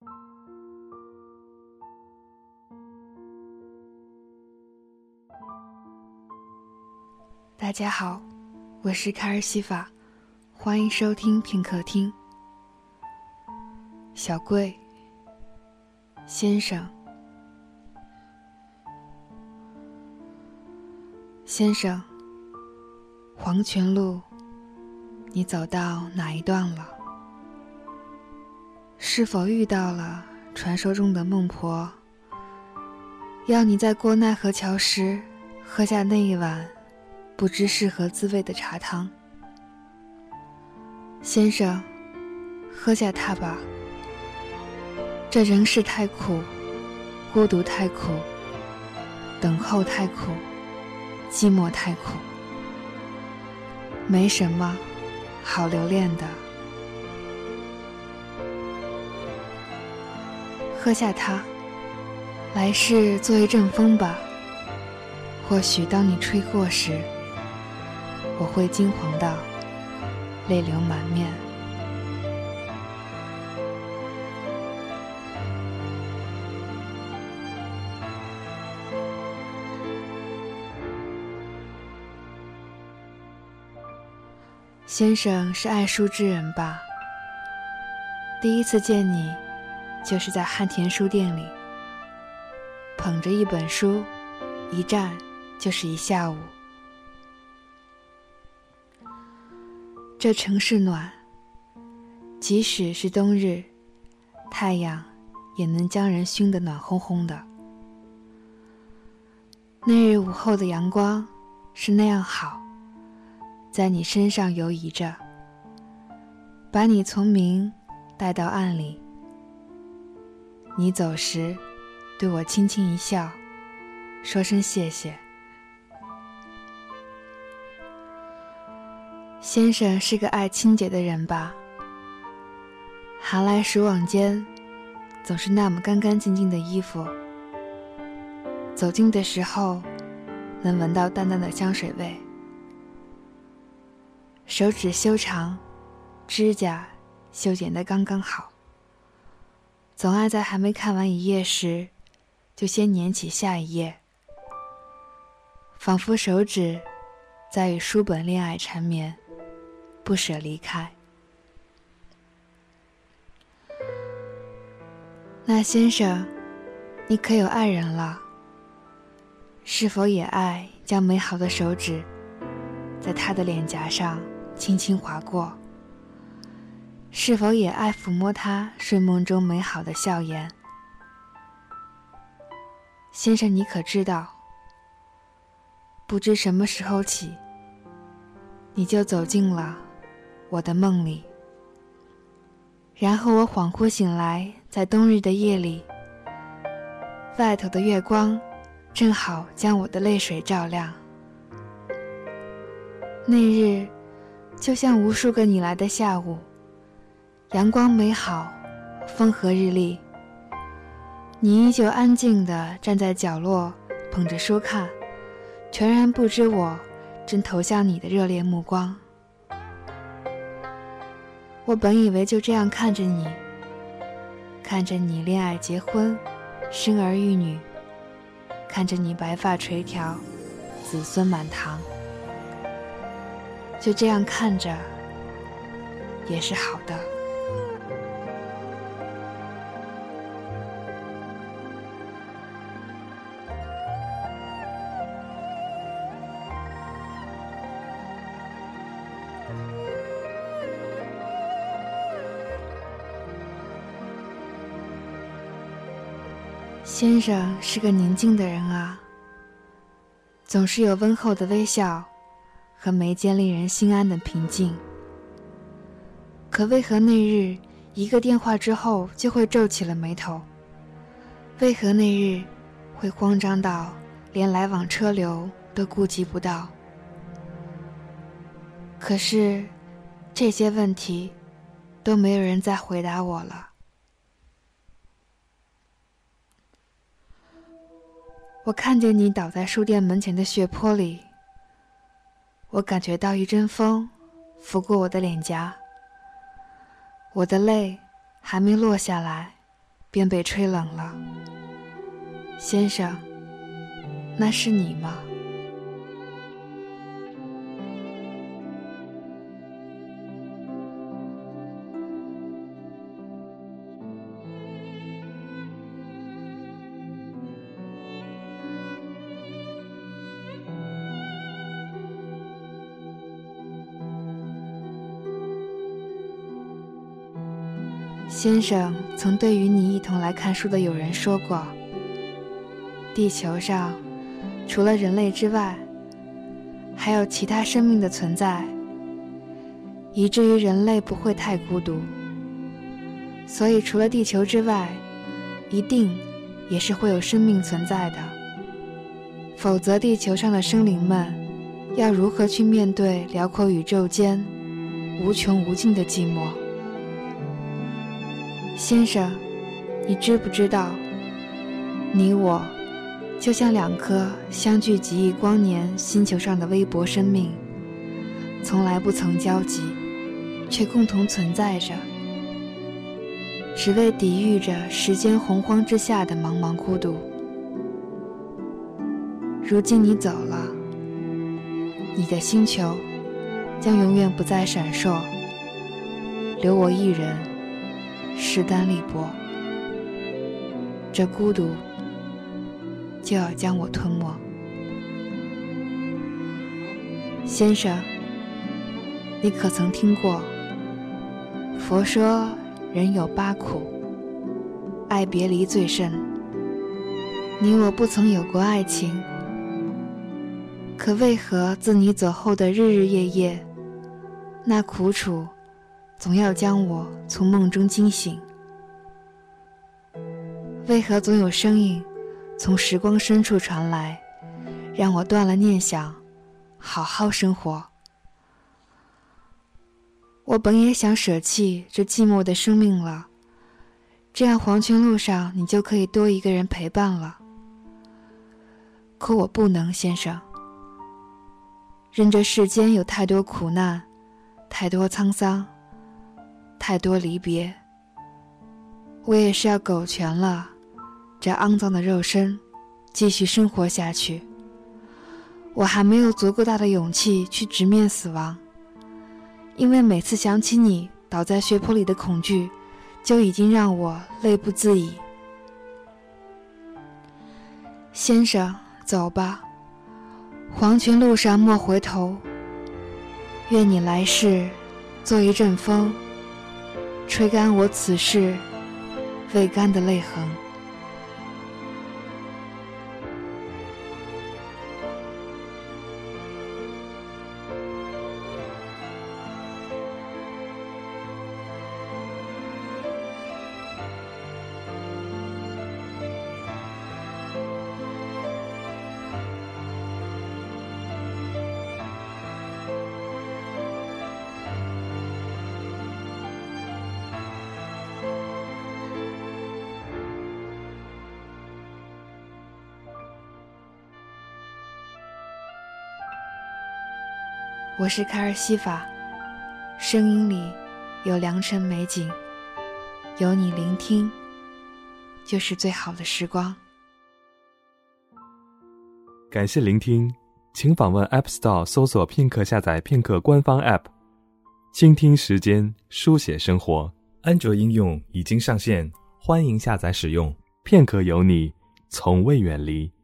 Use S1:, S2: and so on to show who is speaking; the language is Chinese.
S1: 大家好，我是卡尔西法，欢迎收听片刻听。小贵先生，黄泉路你走到哪一段了？是否遇到了传说中的孟婆，要你在过奈何桥时喝下那一碗不知是何滋味的茶汤？先生，喝下它吧。这人世太苦，孤独太苦，等候太苦，寂寞太苦，没什么好留恋的。喝下它，来世做一阵风吧。或许当你吹过时，我会惊惶到泪流满面。先生是爱书之人吧？第一次见你就是在汉田书店里，捧着一本书，一站就是一下午。这城市暖，即使是冬日，太阳也能将人熏得暖烘烘的。那日午后的阳光是那样好，在你身上游移着，把你从明带到暗里。你走时对我轻轻一笑，说声谢谢。先生是个爱清洁的人吧？寒来暑往间，总是那么干干净净的衣服，走近的时候能闻到淡淡的香水味。手指修长，指甲修剪得刚刚好，总爱在还没看完一页时就先捻起下一页，仿佛手指在与书本恋爱缠绵，不舍离开。那先生，你可有爱人了？是否也爱将美好的手指在他的脸颊上轻轻划过？是否也爱抚摸他睡梦中美好的笑颜？先生，你可知道，不知什么时候起，你就走进了我的梦里。然后我恍惚醒来，在冬日的夜里，外头的月光正好将我的泪水照亮。那日就像无数个你来的下午，阳光美好，风和日丽，你依旧安静地站在角落，捧着书看，全然不知我正投向你的热烈目光。我本以为就这样看着你，看着你恋爱结婚，生儿育女，看着你白发垂髫，子孙满堂，就这样看着也是好的。先生是个宁静的人啊，总是有温厚的微笑和眉间令人心安的平静。可为何那日一个电话之后就会皱起了眉头？为何那日会慌张到连来往车流都顾及不到？可是这些问题都没有人再回答我了。我看见你倒在书店门前的血泊里，我感觉到一阵风拂过我的脸颊，我的泪还没落下来， 便被吹冷了。先生，那是你吗？先生曾对与你一同来看书的友人说过，地球上除了人类之外，还有其他生命的存在，以至于人类不会太孤独。所以除了地球之外，一定也是会有生命存在的，否则地球上的生灵们要如何去面对辽阔宇宙间无穷无尽的寂寞？先生，你知不知道，你我就像两颗相距几亿光年星球上的微薄生命，从来不曾交集，却共同存在着，只为抵御着时间洪荒之下的茫茫孤独。如今你走了，你的星球将永远不再闪烁，留我一人势单力薄，这孤独就要将我吞没。先生，你可曾听过佛说人有8苦，爱别离最甚。你我不曾有过爱情，可为何自你走后的日日夜夜，那苦楚总要将我从梦中惊醒？为何总有声音从时光深处传来，让我断了念想，好好生活？我本也想舍弃这寂寞的生命了，这样黄泉路上你就可以多一个人陪伴了。可我不能，先生，任这世间有太多苦难，太多沧桑，太多离别，我也是要苟全了这肮脏的肉身，继续生活下去。我还没有足够大的勇气去直面死亡，因为每次想起你倒在血泊里的恐惧，就已经让我泪不自已。先生，走吧，黄泉路上莫回头，愿你来世做一阵风，吹干我此世未干的泪痕。我是凯尔西法，声音里有良辰美景，有你聆听，就是最好的时光。
S2: 感谢聆听，请访问 App Store 搜索片刻，下载片刻官方 App， 倾听时间，书写生活。安卓应用已经上线，欢迎下载使用。片刻有你，从未远离。